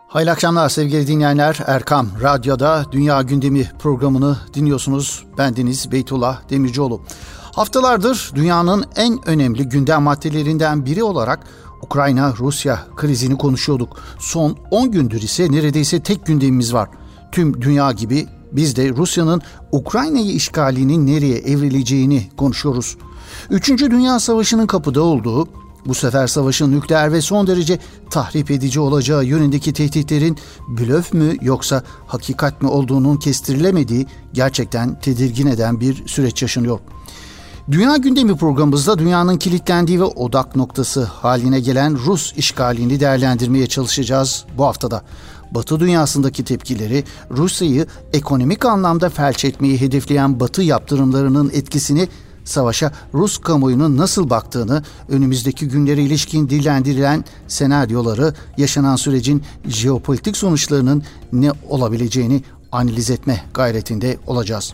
Hayırlı akşamlar sevgili dinleyenler. Erkam Radyo'da Dünya Gündemi programını dinliyorsunuz. Bendeniz Beytullah Demircioğlu. Haftalardır dünyanın en önemli gündem maddelerinden biri olarak Ukrayna-Rusya krizini konuşuyorduk. Son 10 gündür ise neredeyse tek gündemimiz var. Tüm dünya gibi biz de Rusya'nın Ukrayna'yı işgalinin nereye evrileceğini konuşuyoruz. 3. Dünya Savaşı'nın kapıda olduğu, bu sefer savaşın nükleer ve son derece tahrip edici olacağı yönündeki tehditlerin blöf mü yoksa hakikat mi olduğunun kestirilemediği gerçekten tedirgin eden bir süreç yaşanıyor. Dünya Gündemi programımızda dünyanın kilitlendiği ve odak noktası haline gelen Rus işgalini değerlendirmeye çalışacağız bu haftada. Batı dünyasındaki tepkileri, Rusya'yı ekonomik anlamda felç etmeyi hedefleyen Batı yaptırımlarının etkisini, savaşa Rus kamuoyunun nasıl baktığını, önümüzdeki günlere ilişkin dillendirilen senaryoları, yaşanan sürecin jeopolitik sonuçlarının ne olabileceğini analiz etme gayretinde olacağız.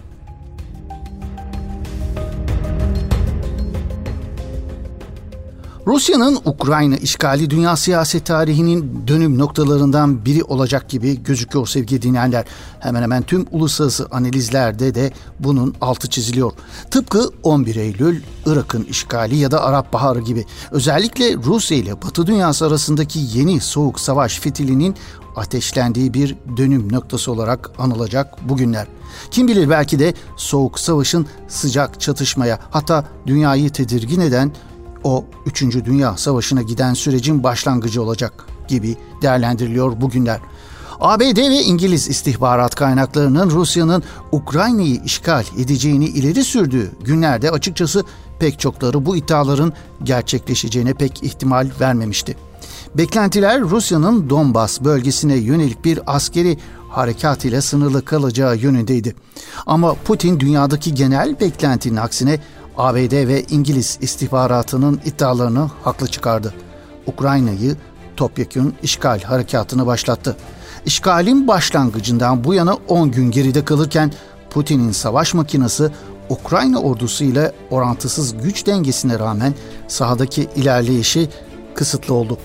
Rusya'nın Ukrayna işgali dünya siyaset tarihinin dönüm noktalarından biri olacak gibi gözüküyor sevgili dinleyenler. Hemen hemen tüm uluslararası analizlerde de bunun altı çiziliyor. Tıpkı 11 Eylül, Irak'ın işgali ya da Arap Baharı gibi. Özellikle Rusya ile Batı dünyası arasındaki yeni soğuk savaş fitilinin ateşlendiği bir dönüm noktası olarak anılacak bugünler. Kim bilir belki de soğuk savaşın sıcak çatışmaya, hatta dünyayı tedirgin eden o 3. Dünya Savaşı'na giden sürecin başlangıcı olacak gibi değerlendiriliyor bugünler. ABD ve İngiliz istihbarat kaynaklarının Rusya'nın Ukrayna'yı işgal edeceğini ileri sürdüğü günlerde açıkçası pek çokları bu iddiaların gerçekleşeceğine pek ihtimal vermemişti. Beklentiler Rusya'nın Donbas bölgesine yönelik bir askeri harekat ile sınırlı kalacağı yönündeydi. Ama Putin dünyadaki genel beklentinin aksine ABD ve İngiliz istihbaratının iddialarını haklı çıkardı. Ukrayna'yı topyekün işgal harekatını başlattı. İşgalin başlangıcından bu yana 10 gün geride kalırken Putin'in savaş makinesi Ukrayna ordusuyla orantısız güç dengesine rağmen sahadaki ilerleyişi kısıtlı oldu.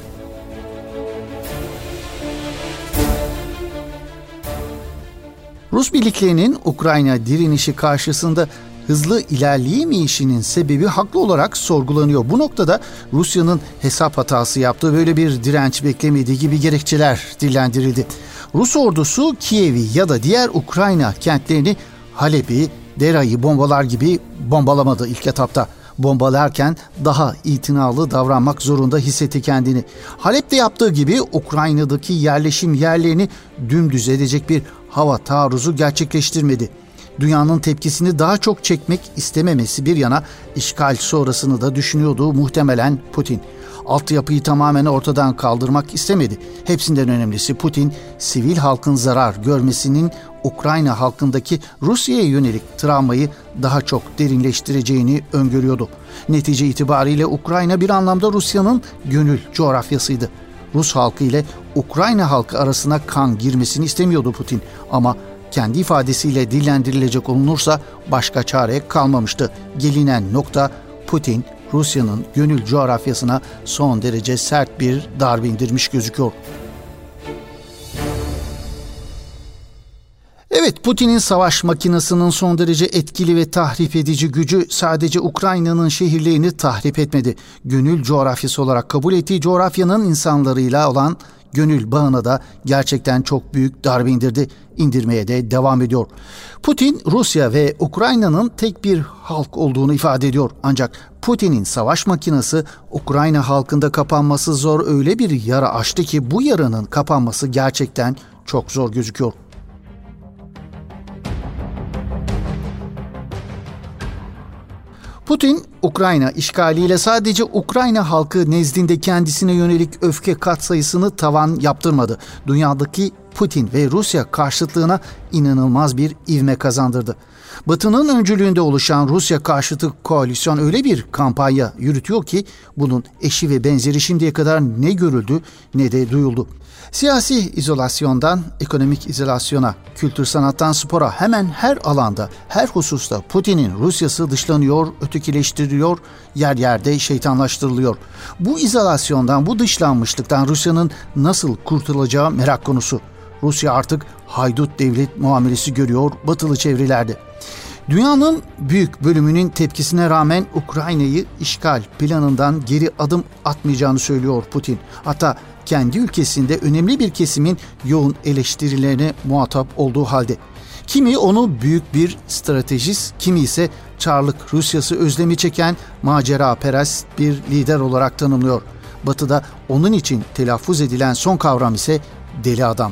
Rus birliklerinin Ukrayna direnişi karşısında hızlı ilerleyemeyişinin sebebi haklı olarak sorgulanıyor. Bu noktada Rusya'nın hesap hatası yaptığı, böyle bir direnç beklemediği gibi gerekçeler dillendirildi. Rus ordusu Kiev'i ya da diğer Ukrayna kentlerini, Halep'i, Dera'yı bombalar gibi bombalamadı ilk etapta. Bombalarken daha itinalı davranmak zorunda hissetti kendini. Halep'te yaptığı gibi Ukrayna'daki yerleşim yerlerini dümdüz edecek bir hava taarruzu gerçekleştirmedi. Dünyanın tepkisini daha çok çekmek istememesi bir yana, işgal sonrasını da düşünüyordu muhtemelen Putin. Altyapıyı tamamen ortadan kaldırmak istemedi. Hepsinden önemlisi Putin, sivil halkın zarar görmesinin Ukrayna halkındaki Rusya'ya yönelik travmayı daha çok derinleştireceğini öngörüyordu. Netice itibariyle Ukrayna bir anlamda Rusya'nın gönül coğrafyasıydı. Rus halkı ile Ukrayna halkı arasına kan girmesini istemiyordu Putin, ama kendi ifadesiyle dillendirilecek olunursa başka çare kalmamıştı. Gelinen nokta, Putin, Rusya'nın gönül coğrafyasına son derece sert bir darbe indirmiş gözüküyor. Evet, Putin'in savaş makinesinin son derece etkili ve tahrip edici gücü sadece Ukrayna'nın şehirlerini tahrip etmedi. Gönül coğrafyası olarak kabul ettiği coğrafyanın insanlarıyla olan gönül bağına da gerçekten çok büyük darbe indirdi. İndirmeye de devam ediyor. Putin, Rusya ve Ukrayna'nın tek bir halk olduğunu ifade ediyor. Ancak Putin'in savaş makinesi Ukrayna halkında kapanması zor, öyle bir yara açtı ki bu yaranın kapanması gerçekten çok zor gözüküyor. Putin, Ukrayna işgaliyle sadece Ukrayna halkı nezdinde kendisine yönelik öfke katsayısını tavan yaptırmadı. Dünyadaki Putin ve Rusya karşıtlığına inanılmaz bir ivme kazandırdı. Batı'nın öncülüğünde oluşan Rusya karşıtı koalisyon öyle bir kampanya yürütüyor ki bunun eşi ve benzeri şimdiye kadar ne görüldü ne de duyuldu. Siyasi izolasyondan ekonomik izolasyona, kültür sanattan spora hemen her alanda, her hususta Putin'in Rusyası dışlanıyor, ötekileştiriliyor, yer yerde şeytanlaştırılıyor. Bu izolasyondan, bu dışlanmışlıktan Rusya'nın nasıl kurtulacağı merak konusu. Rusya artık haydut devlet muamelesi görüyor batılı çevrelerde. Dünyanın büyük bölümünün tepkisine rağmen Ukrayna'yı işgal planından geri adım atmayacağını söylüyor Putin. Hatta kendi ülkesinde önemli bir kesimin yoğun eleştirilerine muhatap olduğu halde. Kimi onu büyük bir stratejist, kimi ise Çarlık Rusyası özlemi çeken maceraperest bir lider olarak tanımlıyor. Batı'da onun için telaffuz edilen son kavram ise deli adam.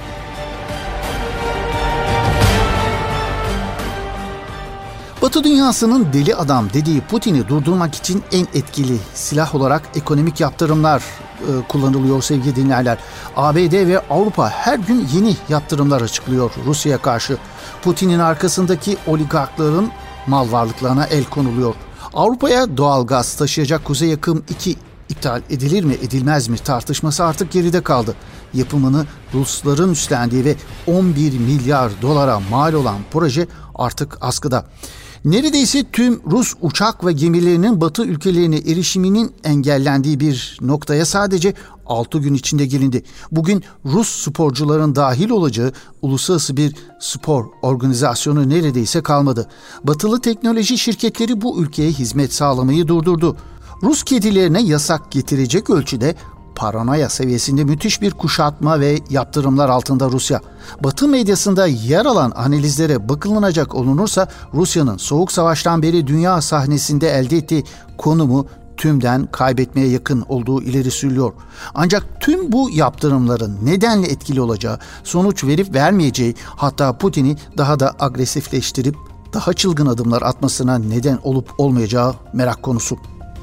Batı dünyasının deli adam dediği Putin'i durdurmak için en etkili silah olarak ekonomik yaptırımlar kullanılıyor sevgili dinleyenler. ABD ve Avrupa her gün yeni yaptırımlar açıklıyor Rusya'ya karşı. Putin'in arkasındaki oligarkların mal varlıklarına el konuluyor. Avrupa'ya doğal gaz taşıyacak Kuzey Akım 2 iptal edilir mi edilmez mi tartışması artık geride kaldı. Yapımını Rusların üstlendiği ve 11 milyar dolara mal olan proje artık askıda. Neredeyse tüm Rus uçak ve gemilerinin Batı ülkelerine erişiminin engellendiği bir noktaya sadece 6 gün içinde gelindi. Bugün Rus sporcuların dahil olacağı uluslararası bir spor organizasyonu neredeyse kalmadı. Batılı teknoloji şirketleri bu ülkeye hizmet sağlamayı durdurdu. Rus kedilerine yasak getirecek ölçüde paranoya seviyesinde müthiş bir kuşatma ve yaptırımlar altında Rusya. Batı medyasında yer alan analizlere bakılınacak olunursa Rusya'nın Soğuk Savaş'tan beri dünya sahnesinde elde ettiği konumu tümden kaybetmeye yakın olduğu ileri sürülüyor. Ancak tüm bu yaptırımların nedenle etkili olacağı, sonuç verip vermeyeceği, hatta Putin'i daha da agresifleştirip daha çılgın adımlar atmasına neden olup olmayacağı merak konusu.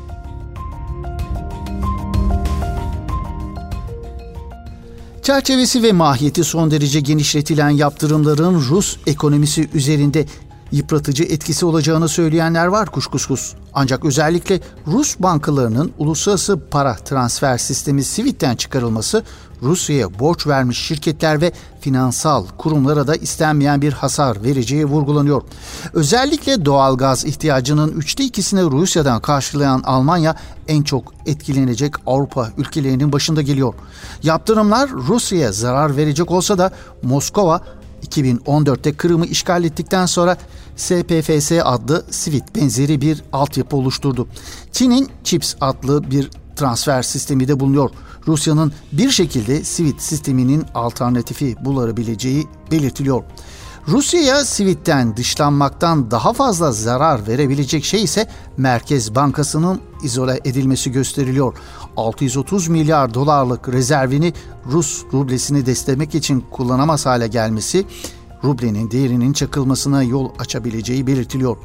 Çerçevesi ve mahiyeti son derece genişletilen yaptırımların Rus ekonomisi üzerinde yıpratıcı etkisi olacağını söyleyenler var kuşkusuz. Ancak özellikle Rus bankalarının uluslararası para transfer sistemi SWIFT'ten çıkarılması Rusya'ya borç vermiş şirketler ve finansal kurumlara da istenmeyen bir hasar vereceği vurgulanıyor. Özellikle doğalgaz ihtiyacının 2/3'sini Rusya'dan karşılayan Almanya en çok etkilenecek Avrupa ülkelerinin başında geliyor. Yaptırımlar Rusya'ya zarar verecek olsa da Moskova 2014'te Kırım'ı işgal ettikten sonra SPFS adlı SWIFT benzeri bir altyapı oluşturdu. Çin'in CHIPS adlı bir transfer sistemi de bulunuyor. Rusya'nın bir şekilde SWIFT sisteminin alternatifi bulabileceği belirtiliyor. Rusya'ya SWIFT'ten dışlanmaktan daha fazla zarar verebilecek şey ise Merkez Bankası'nın izole edilmesi gösteriliyor. 630 milyar dolarlık rezervini Rus rublesini desteklemek için kullanamaz hale gelmesi, rublenin değerinin çakılmasına yol açabileceği belirtiliyor.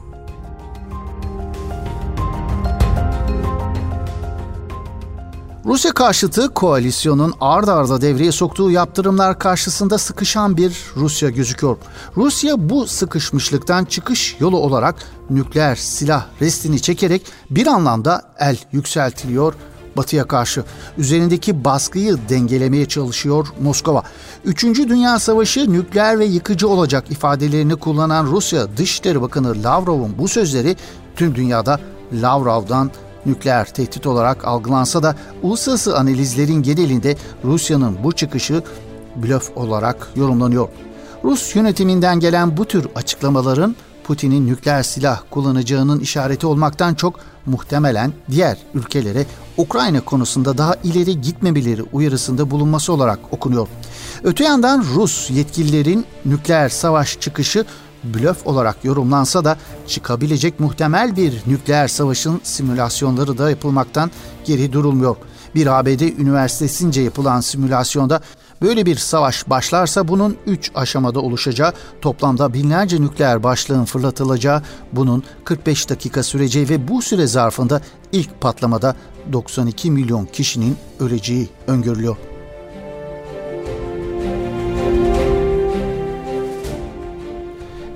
Rusya karşıtı koalisyonun ard arda devreye soktuğu yaptırımlar karşısında sıkışan bir Rusya gözüküyor. Rusya bu sıkışmışlıktan çıkış yolu olarak nükleer silah restini çekerek bir anlamda el yükseltiliyor Batı'ya karşı. Üzerindeki baskıyı dengelemeye çalışıyor Moskova. 3. Dünya Savaşı nükleer ve yıkıcı olacak ifadelerini kullanan Rusya Dışişleri Bakanı Lavrov'un bu sözleri tüm dünyada Lavrov'dan nükleer tehdit olarak algılansa da uluslararası analizlerin genelinde Rusya'nın bu çıkışı blöf olarak yorumlanıyor. Rus yönetiminden gelen bu tür açıklamaların Putin'in nükleer silah kullanacağının işareti olmaktan çok muhtemelen diğer ülkelere Ukrayna konusunda daha ileri gitmemeleri uyarısında bulunması olarak okunuyor. Öte yandan Rus yetkililerin nükleer savaş çıkışı blöf olarak yorumlansa da çıkabilecek muhtemel bir nükleer savaşın simülasyonları da yapılmaktan geri durulmuyor. Bir ABD üniversitesince yapılan simülasyonda böyle bir savaş başlarsa bunun 3 aşamada oluşacağı, toplamda binlerce nükleer başlığın fırlatılacağı, bunun 45 dakika süreceği ve bu süre zarfında ilk patlamada 92 milyon kişinin öleceği öngörülüyor.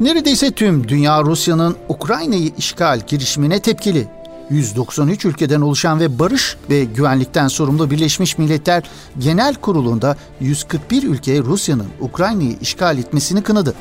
Neredeyse tüm dünya Rusya'nın Ukrayna'yı işgal girişimine tepkili. 193 ülkeden oluşan ve barış ve güvenlikten sorumlu Birleşmiş Milletler Genel Kurulu'nda 141 ülke Rusya'nın Ukrayna'yı işgal etmesini kınadı.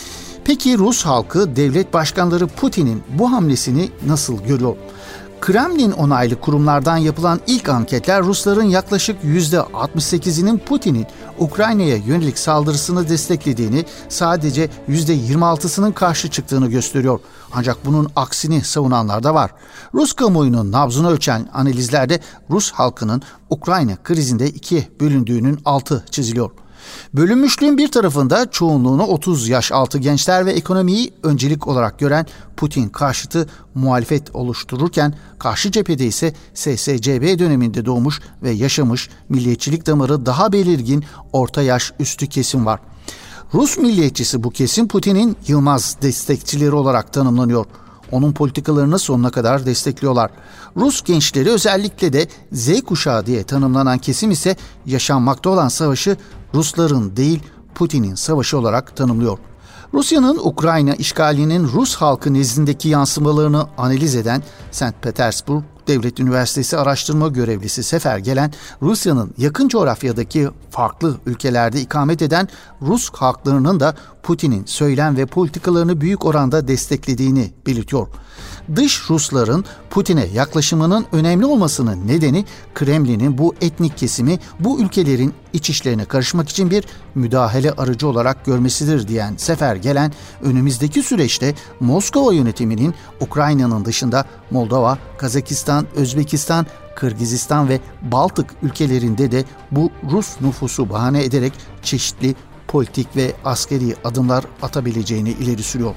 Peki Rus halkı devlet başkanları Putin'in bu hamlesini nasıl görüyor? Kremlin onaylı kurumlardan yapılan ilk anketler Rusların yaklaşık %68'inin Putin'in Ukrayna'ya yönelik saldırısını desteklediğini, sadece %26'sının karşı çıktığını gösteriyor. Ancak bunun aksini savunanlar da var. Rus kamuoyunun nabzını ölçen analizlerde Rus halkının Ukrayna krizinde ikiye bölündüğünün altı çiziliyor. Bölünmüşlüğün bir tarafında çoğunluğunu 30 yaş altı gençler ve ekonomiyi öncelik olarak gören Putin karşıtı muhalefet oluştururken, karşı cephede ise SSCB döneminde doğmuş ve yaşamış, milliyetçilik damarı daha belirgin orta yaş üstü kesim var. Rus milliyetçisi bu kesim Putin'in yılmaz destekçileri olarak tanımlanıyor. Onun politikalarını sonuna kadar destekliyorlar. Rus gençleri, özellikle de Z kuşağı diye tanımlanan kesim ise yaşanmakta olan savaşı Rusların değil Putin'in savaşı olarak tanımlıyor. Rusya'nın Ukrayna işgalinin Rus halkı nezdindeki yansımalarını analiz eden St. Petersburg Devlet Üniversitesi araştırma görevlisi Sefer Gelen, Rusya'nın yakın coğrafyadaki farklı ülkelerde ikamet eden Rus halklarının da Putin'in söylem ve politikalarını büyük oranda desteklediğini belirtiyor. Dış Rusların Putin'e yaklaşımının önemli olmasının nedeni Kremlin'in bu etnik kesimi bu ülkelerin iç işlerine karışmak için bir müdahale aracı olarak görmesidir diyen Sefer Gelen, önümüzdeki süreçte Moskova yönetiminin Ukrayna'nın dışında Moldova, Kazakistan, Özbekistan, Kırgızistan ve Baltık ülkelerinde de bu Rus nüfusu bahane ederek çeşitli politik ve askeri adımlar atabileceğini ileri sürüyor.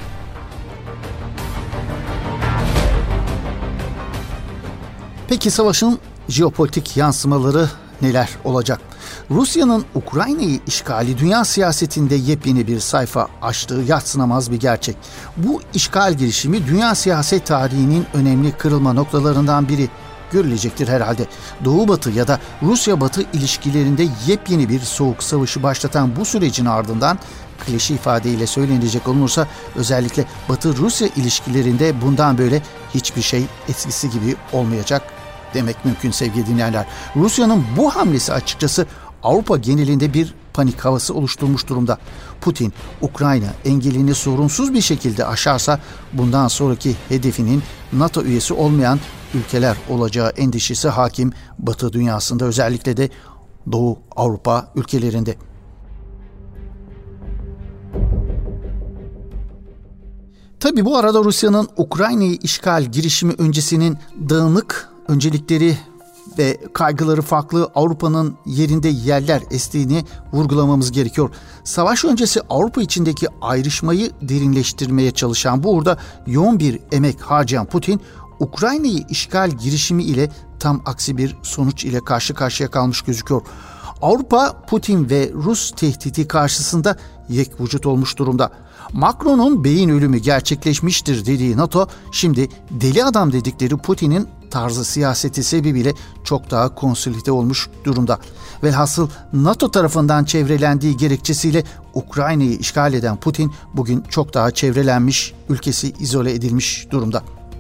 Peki savaşın jeopolitik yansımaları neler olacak? Rusya'nın Ukrayna'yı işgali dünya siyasetinde yepyeni bir sayfa açtığı yadsınamaz bir gerçek. Bu işgal girişimi dünya siyaset tarihinin önemli kırılma noktalarından biri görülecektir herhalde. Doğu-Batı ya da Rusya-Batı ilişkilerinde yepyeni bir soğuk savaşı başlatan bu sürecin ardından, klişe ifadeyle söylenecek olursa, özellikle Batı-Rusya ilişkilerinde bundan böyle hiçbir şey eskisi gibi olmayacak demek mümkün sevgili dinleyenler. Rusya'nın bu hamlesi açıkçası Avrupa genelinde bir panik havası oluşturmuş durumda. Putin, Ukrayna engelini sorunsuz bir şekilde aşarsa bundan sonraki hedefinin NATO üyesi olmayan ülkeler olacağı endişesi hakim Batı dünyasında, özellikle de Doğu Avrupa ülkelerinde. Tabii bu arada Rusya'nın Ukrayna'yı işgal girişimi öncesinin dağınık öncelikleri ve kaygıları farklı Avrupa'nın yerinde yerler estiğini vurgulamamız gerekiyor. Savaş öncesi Avrupa içindeki ayrışmayı derinleştirmeye çalışan, bu uğurda yoğun bir emek harcayan Putin, Ukrayna'yı işgal girişimi ile tam aksi bir sonuç ile karşı karşıya kalmış gözüküyor. Avrupa, Putin ve Rus tehdidi karşısında yek vücut olmuş durumda. Macron'un beyin ölümü gerçekleşmiştir dediği NATO, şimdi deli adam dedikleri Putin'in tarzı siyaseti sebebiyle çok daha konsolide olmuş durumda. Velhasıl NATO tarafından çevrelendiği gerekçesiyle Ukrayna'yı işgal eden Putin bugün çok daha çevrelenmiş, ülkesi izole edilmiş durumda.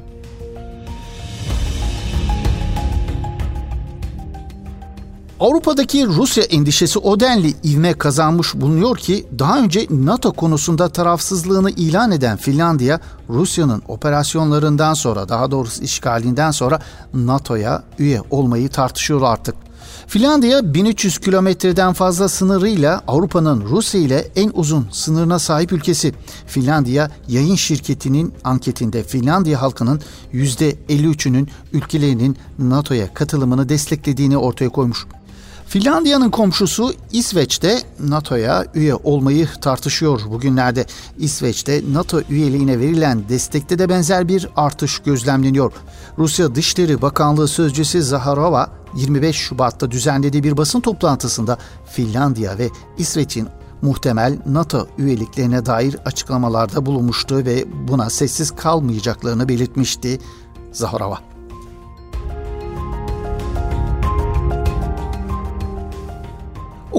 Avrupa'daki Rusya endişesi o denli ivme kazanmış bulunuyor ki, daha önce NATO konusunda tarafsızlığını ilan eden Finlandiya, Rusya'nın operasyonlarından sonra, daha doğrusu işgalinden sonra NATO'ya üye olmayı tartışıyor artık. Finlandiya 1300 kilometreden fazla sınırıyla Avrupa'nın Rusya ile en uzun sınırına sahip ülkesi. Finlandiya Yayın Şirketi'nin anketinde Finlandiya halkının %53'ünün ülkelerinin NATO'ya katılımını desteklediğini ortaya koymuş. Finlandiya'nın komşusu İsveç'te NATO'ya üye olmayı tartışıyor bugünlerde. İsveç'te NATO üyeliğine verilen destekte de benzer bir artış gözlemleniyor. Rusya Dışişleri Bakanlığı Sözcüsü Zaharova, 25 Şubat'ta düzenlediği bir basın toplantısında Finlandiya ve İsveç'in muhtemel NATO üyeliklerine dair açıklamalarda bulunmuştu ve buna sessiz kalmayacaklarını belirtmişti Zaharova.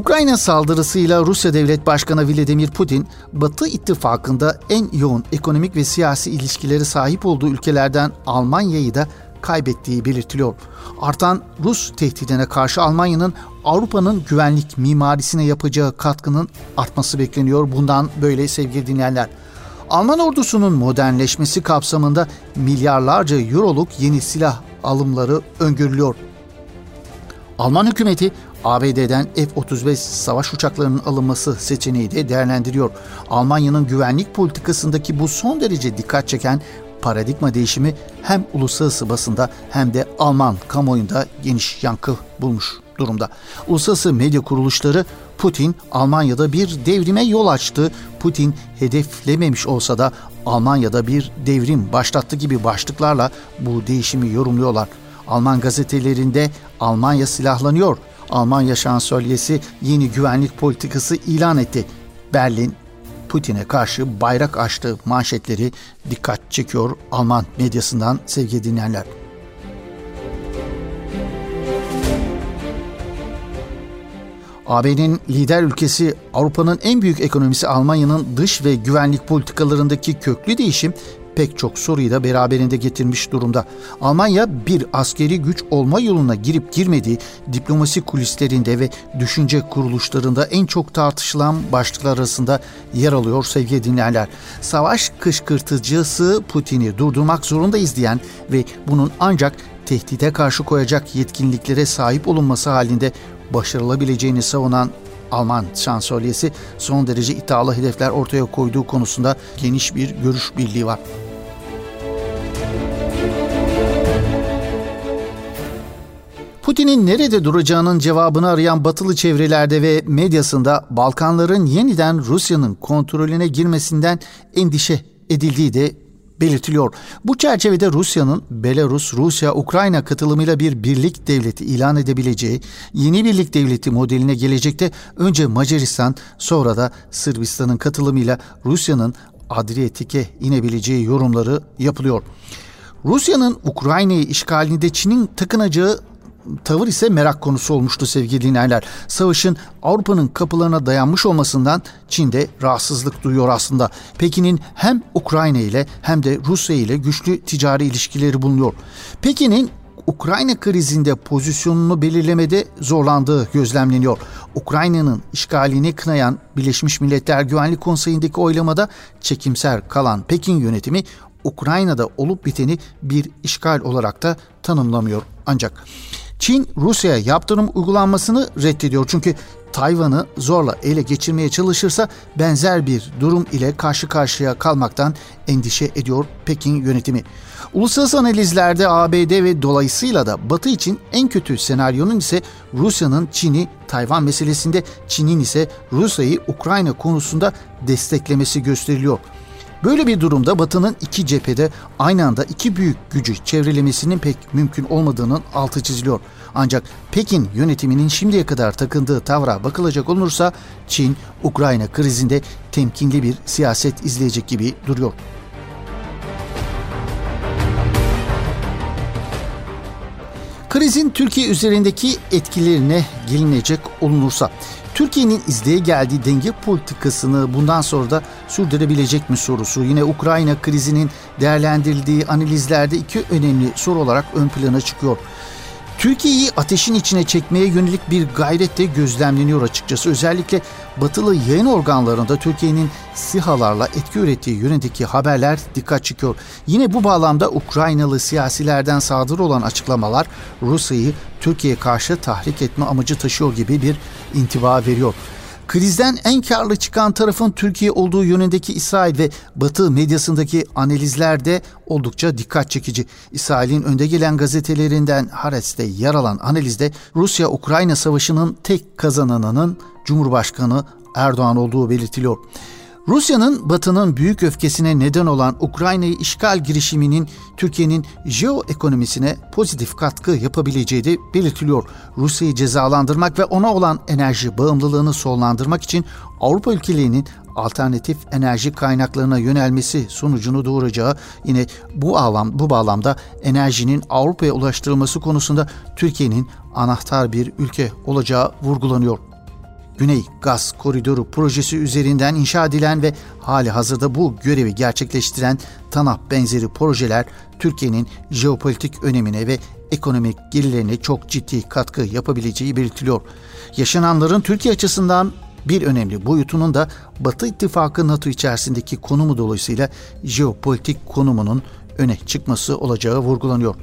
Ukrayna saldırısıyla Rusya Devlet Başkanı Vladimir Putin, Batı ittifakında en yoğun ekonomik ve siyasi ilişkileri sahip olduğu ülkelerden Almanya'yı da kaybettiği belirtiliyor. Artan Rus tehdidine karşı Almanya'nın Avrupa'nın güvenlik mimarisine yapacağı katkının artması bekleniyor. Bundan böyle sevgili dinleyenler, Alman ordusunun modernleşmesi kapsamında milyarlarca euroluk yeni silah alımları öngörülüyor. Alman hükümeti ABD'den F-35 savaş uçaklarının alınması seçeneği de değerlendiriyor. Almanya'nın güvenlik politikasındaki bu son derece dikkat çeken paradigma değişimi hem uluslararası basında hem de Alman kamuoyunda geniş yankı bulmuş durumda. Uluslararası medya kuruluşları Putin Almanya'da bir devrime yol açtı, Putin hedeflememiş olsa da Almanya'da bir devrim başlattı gibi başlıklarla bu değişimi yorumluyorlar. Alman gazetelerinde Almanya silahlanıyor, Almanya şansölyesi yeni güvenlik politikası ilan etti, Berlin Putin'e karşı bayrak açtı manşetleri dikkat çekiyor Alman medyasından sevgili dinleyenler. AB'nin lider ülkesi, Avrupa'nın en büyük ekonomisi Almanya'nın dış ve güvenlik politikalarındaki köklü değişim pek çok soruyu da beraberinde getirmiş durumda. Almanya bir askeri güç olma yoluna girip girmediği diplomasi kulislerinde ve düşünce kuruluşlarında en çok tartışılan başlıklar arasında yer alıyor sevgili dinleyenler. Savaş kışkırtıcısı Putin'i durdurmak zorundayız diyen ve bunun ancak tehdide karşı koyacak yetkinliklere sahip olunması halinde başarılabileceğini savunan Alman şansölyesi son derece iddialı hedefler ortaya koyduğu konusunda geniş bir görüş birliği var. Putin'in nerede duracağının cevabını arayan batılı çevrelerde ve medyasında Balkanların yeniden Rusya'nın kontrolüne girmesinden endişe edildiği de belirtiliyor. Bu çerçevede Rusya'nın Belarus, Rusya, Ukrayna katılımıyla bir birlik devleti ilan edebileceği, yeni birlik devleti modeline gelecekte önce Macaristan, sonra da Sırbistan'ın katılımıyla Rusya'nın Adriyatik'e inebileceği yorumları yapılıyor. Rusya'nın Ukrayna'yı işgalinde Çin'in takınacağı tavır ise merak konusu olmuştu sevgili dinleyenler. Savaşın Avrupa'nın kapılarına dayanmış olmasından Çin de rahatsızlık duyuyor aslında. Pekin'in hem Ukrayna ile hem de Rusya ile güçlü ticari ilişkileri bulunuyor. Pekin'in Ukrayna krizinde pozisyonunu belirlemede zorlandığı gözlemleniyor. Ukrayna'nın işgalini kınayan Birleşmiş Milletler Güvenlik Konseyi'ndeki oylamada çekimser kalan Pekin yönetimi Ukrayna'da olup biteni bir işgal olarak da tanımlamıyor. Ancak Çin Rusya'ya yaptırım uygulanmasını reddediyor. Çünkü Tayvan'ı zorla ele geçirmeye çalışırsa benzer bir durum ile karşı karşıya kalmaktan endişe ediyor Pekin yönetimi. Uluslararası analizlerde ABD ve dolayısıyla da Batı için en kötü senaryonun ise Rusya'nın Çin'i Tayvan meselesinde, Çin'in ise Rusya'yı Ukrayna konusunda desteklemesi gösteriliyor. Böyle bir durumda Batı'nın iki cephede aynı anda iki büyük gücü çevrelemesinin pek mümkün olmadığının altı çiziliyor. Ancak Pekin yönetiminin şimdiye kadar takındığı tavra bakılacak olursa Çin, Ukrayna krizinde temkinli bir siyaset izleyecek gibi duruyor. Krizin Türkiye üzerindeki etkilerine gelinecek olunursa, Türkiye'nin izleye geldiği denge politikasını bundan sonra da sürdürebilecek mi sorusu yine Ukrayna krizinin değerlendirildiği analizlerde iki önemli soru olarak ön plana çıkıyor. Türkiye'yi ateşin içine çekmeye yönelik bir gayret de gözlemleniyor açıkçası. Özellikle batılı yayın organlarında Türkiye'nin SİHA'larla etki ürettiği yönündeki haberler dikkat çekiyor. Yine bu bağlamda Ukraynalı siyasilerden sadır olan açıklamalar Rusya'yı Türkiye'ye karşı tahrik etme amacı taşıyor gibi bir intiba veriyor. Krizden en karlı çıkan tarafın Türkiye olduğu yönündeki İsrail ve Batı medyasındaki analizler de oldukça dikkat çekici. İsrail'in önde gelen gazetelerinden Haaretz'te yer alan analizde Rusya-Ukrayna savaşının tek kazananının Cumhurbaşkanı Erdoğan olduğu belirtiliyor. Rusya'nın Batı'nın büyük öfkesine neden olan Ukrayna'yı işgal girişiminin Türkiye'nin jeoekonomisine pozitif katkı yapabileceği de belirtiliyor. Rusya'yı cezalandırmak ve ona olan enerji bağımlılığını sonlandırmak için Avrupa ülkelerinin alternatif enerji kaynaklarına yönelmesi sonucunu doğuracağı, yine bu bağlamda enerjinin Avrupa'ya ulaştırılması konusunda Türkiye'nin anahtar bir ülke olacağı vurgulanıyor. Güney Gaz Koridoru projesi üzerinden inşa edilen ve hali hazırda bu görevi gerçekleştiren TANAP benzeri projeler Türkiye'nin jeopolitik önemine ve ekonomik gelirlerine çok ciddi katkı yapabileceği belirtiliyor. Yaşananların Türkiye açısından bir önemli boyutunun da Batı İttifakı NATO içerisindeki konumu dolayısıyla jeopolitik konumunun öne çıkması olacağı vurgulanıyor.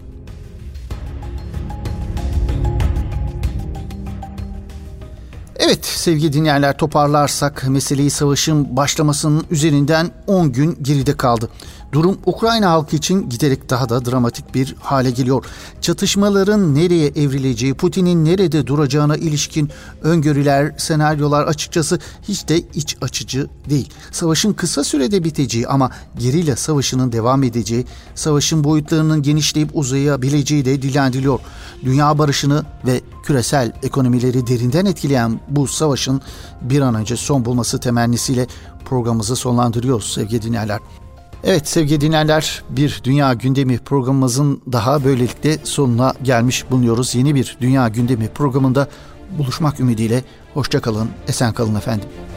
Evet sevgili dinleyenler, toparlarsak meseleyi savaşın başlamasının üzerinden 10 gün geride kaldı. Durum Ukrayna halkı için giderek daha da dramatik bir hale geliyor. Çatışmaların nereye evrileceği, Putin'in nerede duracağına ilişkin öngörüler, senaryolar açıkçası hiç de iç açıcı değil. Savaşın kısa sürede biteceği ama gerilla savaşının devam edeceği, savaşın boyutlarının genişleyip uzayabileceği de dillendiriliyor. Dünya barışını ve küresel ekonomileri derinden etkileyen bu savaşın bir an önce son bulması temennisiyle programımızı sonlandırıyoruz sevgili dinleyenler. Evet sevgili dinleyenler, bir Dünya Gündemi programımızın daha böylelikle sonuna gelmiş bulunuyoruz. Yeni bir Dünya Gündemi programında buluşmak ümidiyle hoşça kalın, esen kalın efendim.